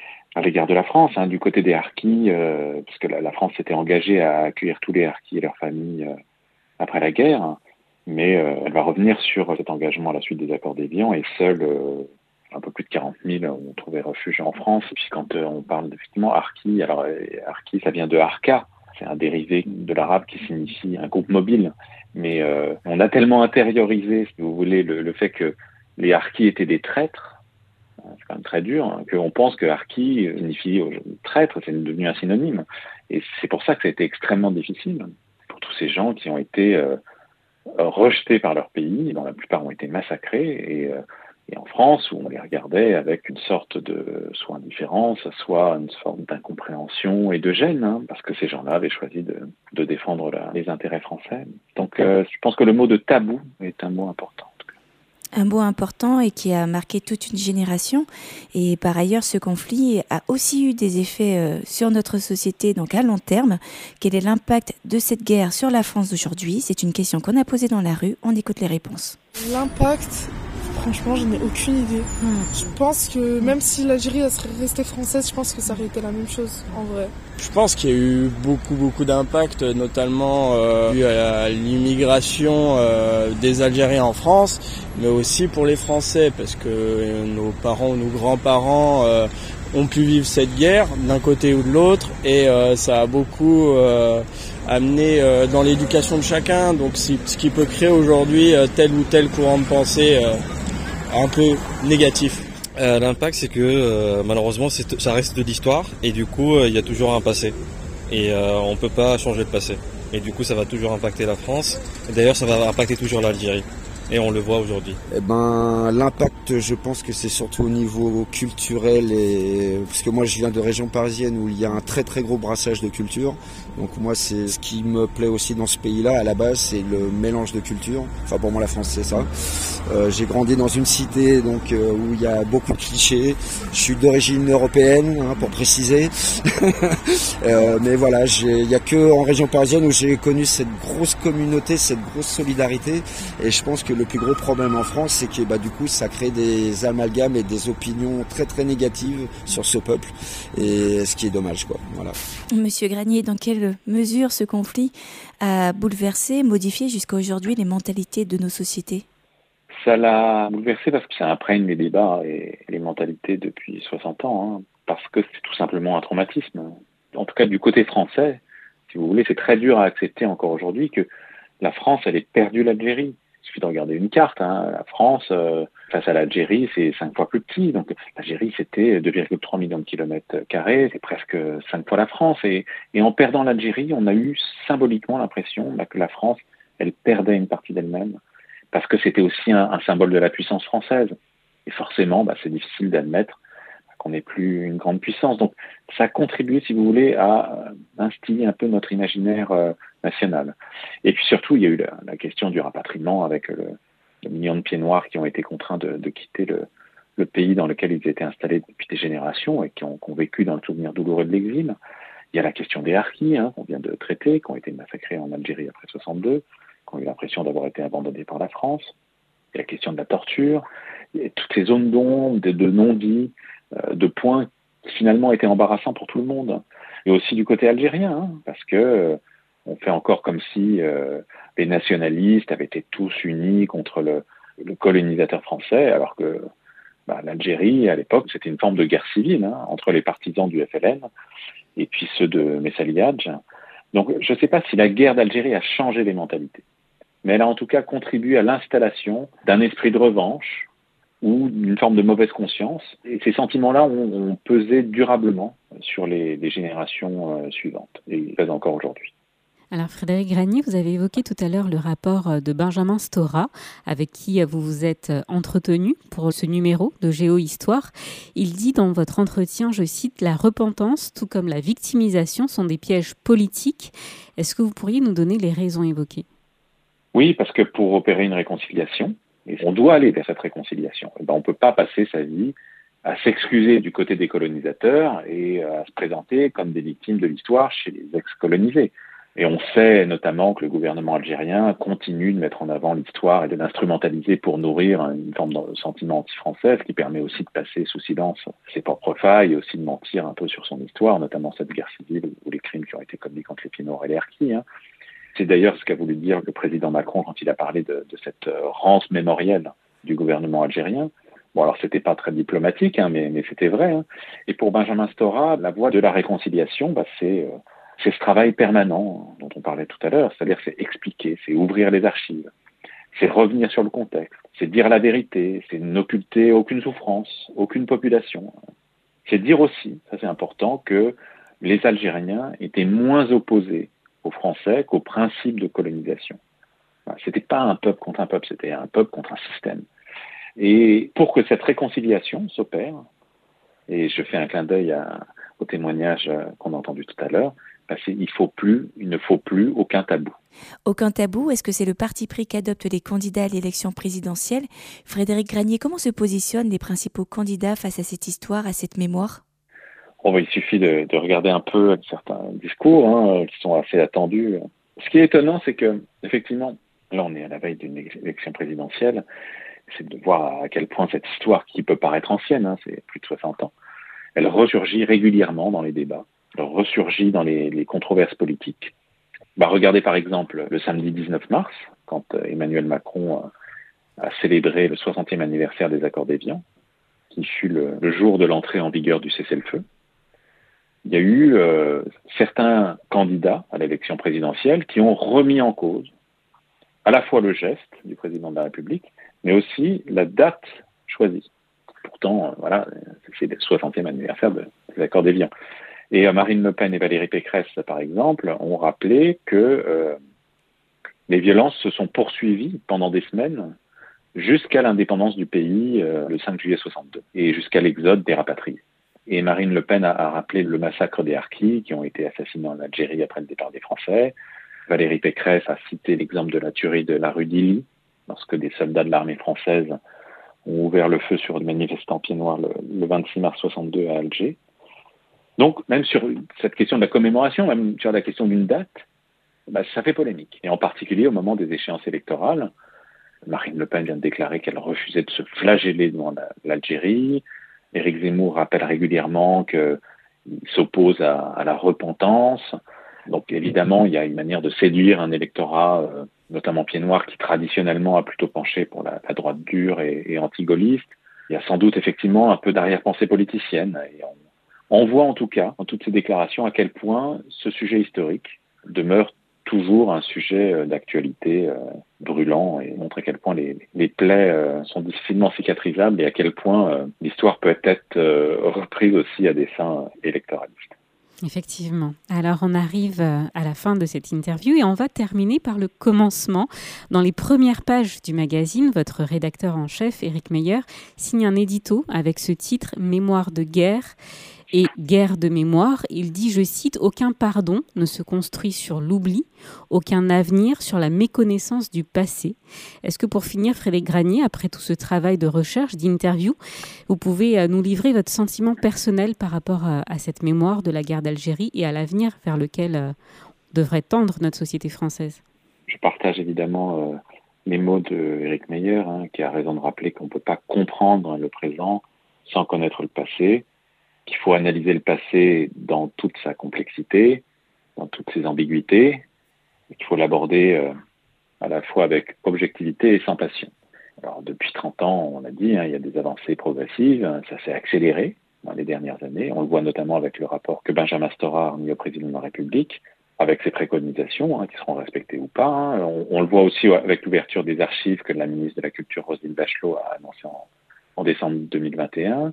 à l'égard de la France, hein, du côté des harkis, euh, parce que la, la France s'était engagée à accueillir tous les harkis et leurs familles euh, après la guerre, mais euh, elle va revenir sur cet engagement à la suite des accords d'Évian, et seuls euh, un peu plus de quarante mille ont trouvé refuge en France. Et puis quand euh, on parle effectivement harki, alors euh, harki ça vient de harka, c'est un dérivé de l'arabe qui signifie un groupe mobile, mais euh, on a tellement intériorisé, si vous voulez, le, le fait que les harkis étaient des traîtres, c'est quand même très dur, hein, qu'on pense que harki signifie euh, traître, c'est devenu un synonyme, et c'est pour ça que ça a été extrêmement difficile. Tous ces gens qui ont été euh, rejetés par leur pays, dont la plupart ont été massacrés, et, euh, et en France, où on les regardait avec une sorte de soit indifférence, soit une sorte d'incompréhension et de gêne, hein, parce que ces gens-là avaient choisi de, de défendre la, les intérêts français. Donc euh, je pense que le mot de tabou est un mot important. Un mot important et qui a marqué toute une génération. Et par ailleurs, ce conflit a aussi eu des effets sur notre société, donc à long terme. Quel est l'impact de cette guerre sur la France d'aujourd'hui ? C'est une question qu'on a posée dans la rue. On écoute les réponses. L'impact, Franchement, je n'ai aucune idée. Mmh. Je pense que même si l'Algérie elle serait restée française, je pense que ça aurait été la même chose, en vrai. Je pense qu'il y a eu beaucoup, beaucoup d'impact, notamment euh, dû à l'immigration euh, des Algériens en France, mais aussi pour les Français, parce que nos parents ou nos grands-parents euh, ont pu vivre cette guerre d'un côté ou de l'autre, et euh, ça a beaucoup euh, amené euh, dans l'éducation de chacun, donc si, ce qui peut créer aujourd'hui euh, tel ou tel courant de pensée euh, un peu négatif. Euh, l'impact, c'est que euh, malheureusement, c'est, ça reste de l'histoire, et du coup, il euh, y a toujours un passé, et euh, on peut pas changer le passé, et du coup, ça va toujours impacter la France, et d'ailleurs, ça va impacter toujours l'Algérie. Et on le voit aujourd'hui. Eh ben, l'impact, je pense que c'est surtout au niveau culturel, et parce que moi je viens de région parisienne où il y a un très très gros brassage de cultures. Donc moi c'est ce qui me plaît aussi dans ce pays-là à la base, c'est le mélange de cultures. Enfin pour moi la France c'est ça. Euh, j'ai grandi dans une cité donc euh, où il y a beaucoup de clichés. Je suis d'origine européenne hein, pour préciser. euh, mais voilà, il y a que en région parisienne où j'ai connu cette grosse communauté, cette grosse solidarité, et je pense que le plus gros problème en France, c'est que bah, du coup, ça crée des amalgames et des opinions très très négatives sur ce peuple, et ce qui est dommage, quoi. Voilà. Monsieur Granier, dans quelle mesure ce conflit a bouleversé, modifié jusqu'à aujourd'hui les mentalités de nos sociétés ? Ça l'a bouleversé parce que ça imprègne les débats et les mentalités depuis soixante ans, hein, parce que c'est tout simplement un traumatisme. En tout cas, du côté français, si vous voulez, c'est très dur à accepter encore aujourd'hui que la France, elle ait perdu l'Algérie. Il suffit de regarder une carte, hein. La France, euh, face à l'Algérie, c'est cinq fois plus petit. Donc l'Algérie, c'était deux virgule trois millions de kilomètres carrés, c'est presque cinq fois la France. Et, et en perdant l'Algérie, on a eu symboliquement l'impression bah, que la France, elle perdait une partie d'elle-même, parce que c'était aussi un, un symbole de la puissance française. Et forcément, bah, c'est difficile d'admettre qu'on n'est plus une grande puissance. Donc ça a contribué, si vous voulez, à instiller un peu notre imaginaire euh, national. Et puis surtout, il y a eu la, la question du rapatriement avec le, le million de pieds noirs qui ont été contraints de, de quitter le, le pays dans lequel ils étaient installés depuis des générations et qui ont, qui ont vécu dans le souvenir douloureux de l'exil. Il y a la question des harkis, hein, qu'on vient de traiter, qui ont été massacrés en Algérie après soixante-deux, qui ont eu l'impression d'avoir été abandonnés par la France. Il y a la question de la torture, il y a toutes ces zones d'ombre, de, de non-dits, euh, de points qui finalement étaient embarrassants pour tout le monde. Et aussi du côté algérien, hein, parce que euh, on fait encore comme si euh, les nationalistes avaient été tous unis contre le, le colonisateur français, alors que bah, l'Algérie, à l'époque, c'était une forme de guerre civile hein, entre les partisans du F L N et puis ceux de Messali Hadj. Donc je ne sais pas si la guerre d'Algérie a changé les mentalités, mais elle a en tout cas contribué à l'installation d'un esprit de revanche ou d'une forme de mauvaise conscience. Et ces sentiments-là ont, ont pesé durablement sur les, les générations euh, suivantes, et ils pèsent encore aujourd'hui. Alors Frédéric Granier, vous avez évoqué tout à l'heure le rapport de Benjamin Stora, avec qui vous vous êtes entretenu pour ce numéro de Géohistoire. Il dit dans votre entretien, je cite, « La repentance, tout comme la victimisation, sont des pièges politiques ». Est-ce que vous pourriez nous donner les raisons évoquées ? Oui, parce que pour opérer une réconciliation, et on doit aller vers cette réconciliation, et ben on ne peut pas passer sa vie à s'excuser du côté des colonisateurs et à se présenter comme des victimes de l'histoire chez les ex-colonisés. Et on sait notamment que le gouvernement algérien continue de mettre en avant l'histoire et de l'instrumentaliser pour nourrir une forme de sentiment anti-français, ce qui permet aussi de passer sous silence ses propres failles et aussi de mentir un peu sur son histoire, notamment cette guerre civile ou les crimes qui ont été commis contre les Pieds-Noirs et les Harkis. Hein. C'est d'ailleurs ce qu'a voulu dire le président Macron quand il a parlé de, de cette rente mémorielle du gouvernement algérien. Bon, alors c'était pas très diplomatique, hein, mais, mais c'était vrai. Hein. Et pour Benjamin Stora, la voie de la réconciliation, bah, c'est... Euh, C'est ce travail permanent dont on parlait tout à l'heure, c'est-à-dire c'est expliquer, c'est ouvrir les archives, c'est revenir sur le contexte, c'est dire la vérité, c'est n'occulter aucune souffrance, aucune population. C'est dire aussi, ça c'est important, que les Algériens étaient moins opposés aux Français qu'au principe de colonisation. C'était pas un peuple contre un peuple, c'était un peuple contre un système. Et pour que cette réconciliation s'opère, et je fais un clin d'œil à, au témoignage qu'on a entendu tout à l'heure, parce qu'il faut plus, il ne faut plus aucun tabou. Aucun tabou, est-ce que c'est le parti pris qu'adoptent les candidats à l'élection présidentielle ? Frédéric Granier, comment se positionnent les principaux candidats face à cette histoire, à cette mémoire ? Oh, il suffit de, de regarder un peu certains discours hein, qui sont assez attendus. Ce qui est étonnant, c'est que effectivement, là on est à la veille d'une élection présidentielle, c'est de voir à quel point cette histoire, qui peut paraître ancienne, hein, c'est plus de soixante ans, elle ressurgit régulièrement dans les débats, elle ressurgit dans les, les controverses politiques. Bah, regardez par exemple le samedi dix-neuf mars, quand Emmanuel Macron a célébré le soixantième anniversaire des accords d'Évian, qui fut le, le jour de l'entrée en vigueur du cessez-le-feu. Il y a eu euh, certains candidats à l'élection présidentielle qui ont remis en cause à la fois le geste du président de la République, mais aussi la date choisie. Pourtant, euh, voilà, c'est le soixantième anniversaire de, des accords d'Évian. Et euh, Marine Le Pen et Valérie Pécresse, par exemple, ont rappelé que euh, les violences se sont poursuivies pendant des semaines jusqu'à l'indépendance du pays euh, le cinq juillet soixante-deux et jusqu'à l'exode des rapatriés. Et Marine Le Pen a, a rappelé le massacre des Harkis qui ont été assassinés en Algérie après le départ des Français. Valérie Pécresse a cité l'exemple de la tuerie de la rue d'Illy, lorsque des soldats de l'armée française ont ouvert le feu sur des manifestants pieds noirs le, le vingt-six mars soixante-deux à Alger. Donc, même sur cette question de la commémoration, même sur la question d'une date, bah, ça fait polémique. Et en particulier au moment des échéances électorales, Marine Le Pen vient de déclarer qu'elle refusait de se flageller devant la, l'Algérie. Éric Zemmour rappelle régulièrement qu'il s'oppose à, à la repentance. Donc évidemment, il y a une manière de séduire un électorat, euh, notamment pieds noirs, qui traditionnellement a plutôt penché pour la, la droite dure et, et anti-gaulliste. Il y a sans doute effectivement un peu d'arrière-pensée politicienne. Et on, on voit en tout cas, dans toutes ces déclarations, à quel point ce sujet historique demeure toujours un sujet d'actualité euh, brûlant et montre à quel point les, les plaies euh, sont difficilement cicatrisables et à quel point euh, l'histoire peut être euh, reprise aussi à des fins électoralistes. Effectivement. Alors, on arrive à la fin de cette interview et on va terminer par le commencement. Dans les premières pages du magazine, votre rédacteur en chef, Éric Meyer, signe un édito avec ce titre « Mémoire de guerre ». Et guerre de mémoire, il dit, je cite, « Aucun pardon ne se construit sur l'oubli, aucun avenir sur la méconnaissance du passé ». Est-ce que pour finir, Frédéric Granier, après tout ce travail de recherche, d'interview, vous pouvez nous livrer votre sentiment personnel par rapport à, à cette mémoire de la guerre d'Algérie et à l'avenir vers lequel euh, devrait tendre notre société française ? Je partage évidemment euh, les mots d'Éric Meyer, hein, qui a raison de rappeler qu'on ne peut pas comprendre le présent sans connaître le passé. Qu'il faut analyser le passé dans toute sa complexité, dans toutes ses ambiguïtés, et qu'il faut l'aborder euh, à la fois avec objectivité et sans passion. Alors depuis trente ans, on a dit, hein, il y a des avancées progressives, hein, ça s'est accéléré dans les dernières années. On le voit notamment avec le rapport que Benjamin Stora a remis au président de la République, avec ses préconisations, hein, qui seront respectées ou pas. Hein. On, on le voit aussi avec l'ouverture des archives que la ministre de la Culture, Roselyne Bachelot, a annoncé en, en décembre deux mille vingt et un.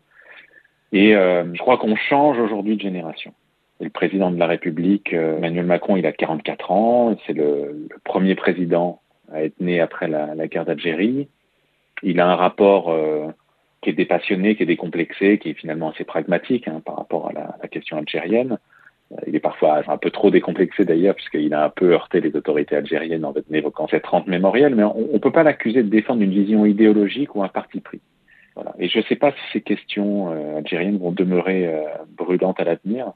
Et euh, je crois qu'on change aujourd'hui de génération. Et le président de la République, euh, Emmanuel Macron, il a quarante-quatre ans. C'est le, le premier président à être né après la, la guerre d'Algérie. Il a un rapport euh, qui est dépassionné, qui est décomplexé, qui est finalement assez pragmatique hein, par rapport à la, à la question algérienne. Euh, il est parfois un peu trop décomplexé d'ailleurs, puisqu'il a un peu heurté les autorités algériennes en évoquant cette rente mémorielle. Mais on ne peut pas l'accuser de défendre une vision idéologique ou un parti pris. Voilà. Et je ne sais pas si ces questions euh, algériennes vont demeurer euh, brûlantes à l'avenir,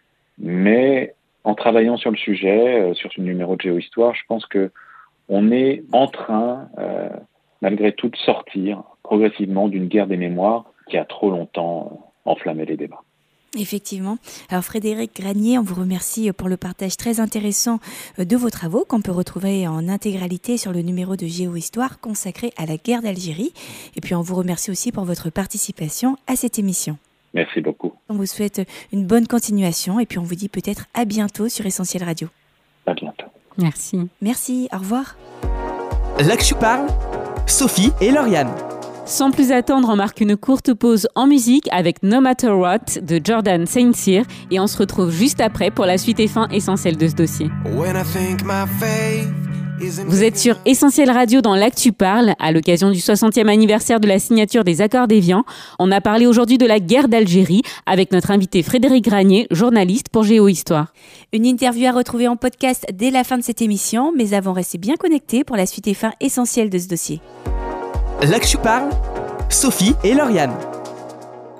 mais en travaillant sur le sujet, euh, sur ce numéro de Géohistoire, je pense que on est en train, euh, malgré tout, de sortir progressivement d'une guerre des mémoires qui a trop longtemps euh, enflammé les débats. Effectivement. Alors Frédéric Granier, on vous remercie pour le partage très intéressant de vos travaux qu'on peut retrouver en intégralité sur le numéro de Géohistoire consacré à la guerre d'Algérie. Et puis on vous remercie aussi pour votre participation à cette émission. Merci beaucoup. On vous souhaite une bonne continuation et puis on vous dit peut-être à bientôt sur Essentiel Radio. À bientôt. Merci. Merci, au revoir. L'Actu parle, Sophie et Lauriane. Sans plus attendre, on marque une courte pause en musique avec No Matter What de Jordan Saint Cyr et on se retrouve juste après pour la suite et fin essentielle de ce dossier. Vous êtes sur Essentiel Radio dans l'Actu parle à l'occasion du soixantième anniversaire de la signature des accords d'Évian. On a parlé aujourd'hui de la guerre d'Algérie avec notre invité Frédéric Granier, journaliste pour Géohistoire. Une interview à retrouver en podcast dès la fin de cette émission, mais avant, restez bien connectés pour la suite et fin essentielle de ce dossier. L'Actu parle, Sophie et Lauriane.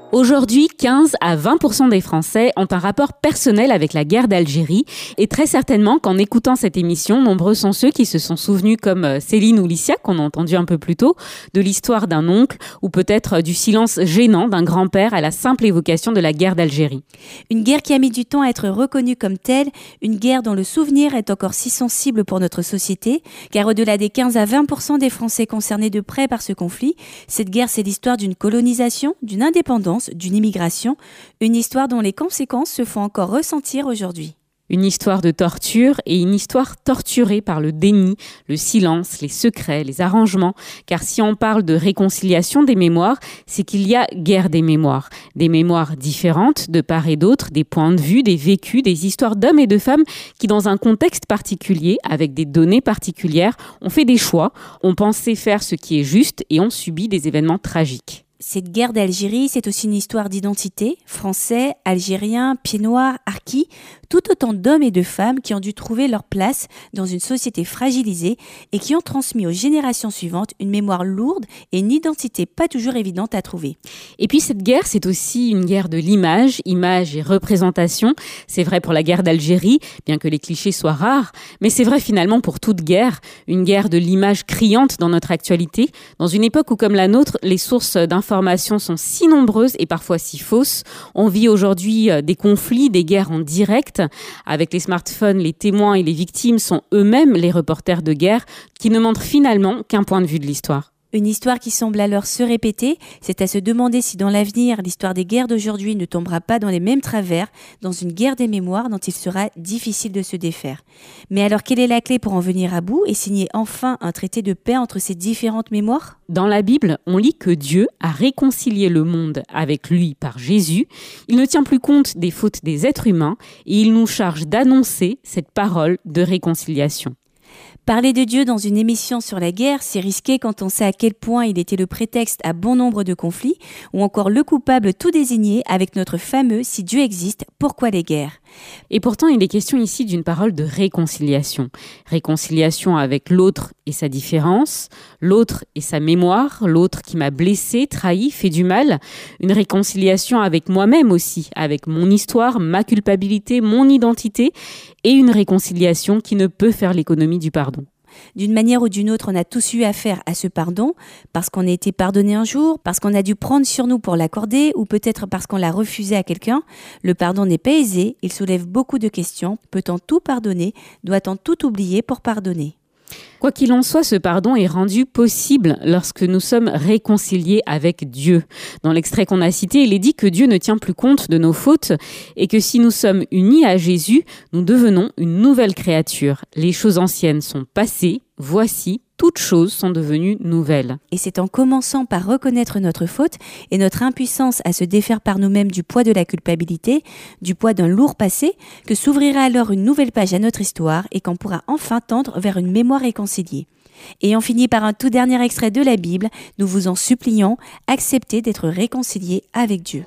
Aujourd'hui, quinze à vingt pour cent des Français ont un rapport personnel avec la guerre d'Algérie. Et très certainement qu'en écoutant cette émission, nombreux sont ceux qui se sont souvenus, comme Céline ou Licia, qu'on a entendu un peu plus tôt, de l'histoire d'un oncle ou peut-être du silence gênant d'un grand-père à la simple évocation de la guerre d'Algérie. Une guerre qui a mis du temps à être reconnue comme telle, une guerre dont le souvenir est encore si sensible pour notre société, car au-delà des quinze à vingt pour cent des Français concernés de près par ce conflit, cette guerre, c'est l'histoire d'une colonisation, d'une indépendance, d'une immigration, une histoire dont les conséquences se font encore ressentir aujourd'hui. Une histoire de torture et une histoire torturée par le déni, le silence, les secrets, les arrangements. Car si on parle de réconciliation des mémoires, c'est qu'il y a guerre des mémoires. Des mémoires différentes de part et d'autre, des points de vue, des vécus, des histoires d'hommes et de femmes qui, dans un contexte particulier, avec des données particulières, ont fait des choix, ont pensé faire ce qui est juste et ont subi des événements tragiques. Cette guerre d'Algérie, c'est aussi une histoire d'identité, français, algériens, pieds noirs, harkis, tout autant d'hommes et de femmes qui ont dû trouver leur place dans une société fragilisée et qui ont transmis aux générations suivantes une mémoire lourde et une identité pas toujours évidente à trouver. Et puis cette guerre, c'est aussi une guerre de l'image, image et représentation. C'est vrai pour la guerre d'Algérie, bien que les clichés soient rares, mais c'est vrai finalement pour toute guerre, une guerre de l'image criante dans notre actualité, dans une époque où, comme la nôtre, les sources d'informations informations sont si nombreuses et parfois si fausses. On vit aujourd'hui des conflits, des guerres en direct. Avec les smartphones, les témoins et les victimes sont eux-mêmes les reporters de guerre qui ne montrent finalement qu'un point de vue de l'histoire. Une histoire qui semble alors se répéter, c'est à se demander si dans l'avenir, l'histoire des guerres d'aujourd'hui ne tombera pas dans les mêmes travers, dans une guerre des mémoires dont il sera difficile de se défaire. Mais alors, quelle est la clé pour en venir à bout et signer enfin un traité de paix entre ces différentes mémoires ? Dans la Bible, on lit que Dieu a réconcilié le monde avec lui par Jésus. Il ne tient plus compte des fautes des êtres humains et il nous charge d'annoncer cette parole de réconciliation. Parler de Dieu dans une émission sur la guerre, c'est risqué quand on sait à quel point il était le prétexte à bon nombre de conflits, ou encore le coupable tout désigné avec notre fameux « si Dieu existe, pourquoi les guerres ?» Et pourtant, il est question ici d'une parole de réconciliation. Réconciliation avec l'autre et sa différence, l'autre et sa mémoire, l'autre qui m'a blessé, trahi, fait du mal. Une réconciliation avec moi-même aussi, avec mon histoire, ma culpabilité, mon identité, et une réconciliation qui ne peut faire l'économie du pardon. D'une manière ou d'une autre, on a tous eu affaire à ce pardon, parce qu'on a été pardonné un jour, parce qu'on a dû prendre sur nous pour l'accorder, ou peut-être parce qu'on l'a refusé à quelqu'un. Le pardon n'est pas aisé, il soulève beaucoup de questions. Peut-on tout pardonner ? Doit-on tout oublier pour pardonner ? Quoi qu'il en soit, ce pardon est rendu possible lorsque nous sommes réconciliés avec Dieu. Dans l'extrait qu'on a cité, il est dit que Dieu ne tient plus compte de nos fautes et que si nous sommes unis à Jésus, nous devenons une nouvelle créature. Les choses anciennes sont passées, voici, toutes choses sont devenues nouvelles. Et c'est en commençant par reconnaître notre faute et notre impuissance à se défaire par nous-mêmes du poids de la culpabilité, du poids d'un lourd passé, que s'ouvrira alors une nouvelle page à notre histoire et qu'on pourra enfin tendre vers une mémoire réconciliée. Et on finit par un tout dernier extrait de la Bible. Nous vous en supplions, acceptez d'être réconciliés avec Dieu.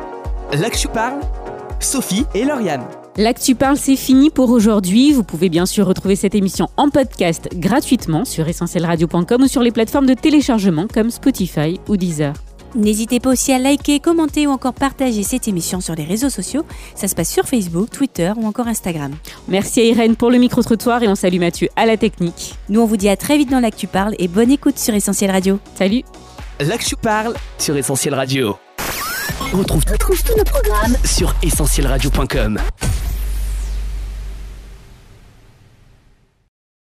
L'Actu parle, Sophie et Lauriane. L'Actu parle, c'est fini pour aujourd'hui. Vous pouvez bien sûr retrouver cette émission en podcast gratuitement sur essentiel radio point com ou sur les plateformes de téléchargement comme Spotify ou Deezer. N'hésitez pas aussi à liker, commenter ou encore partager cette émission sur les réseaux sociaux. Ça se passe sur Facebook, Twitter ou encore Instagram. Merci à Irène pour le micro-trottoir et on salue Mathieu à la technique. Nous, on vous dit à très vite dans l'Actu parle et bonne écoute sur Essentiel Radio. Salut. L'Actu parle sur Essentiel Radio. On retrouve tous nos programmes sur essentiel radio point com.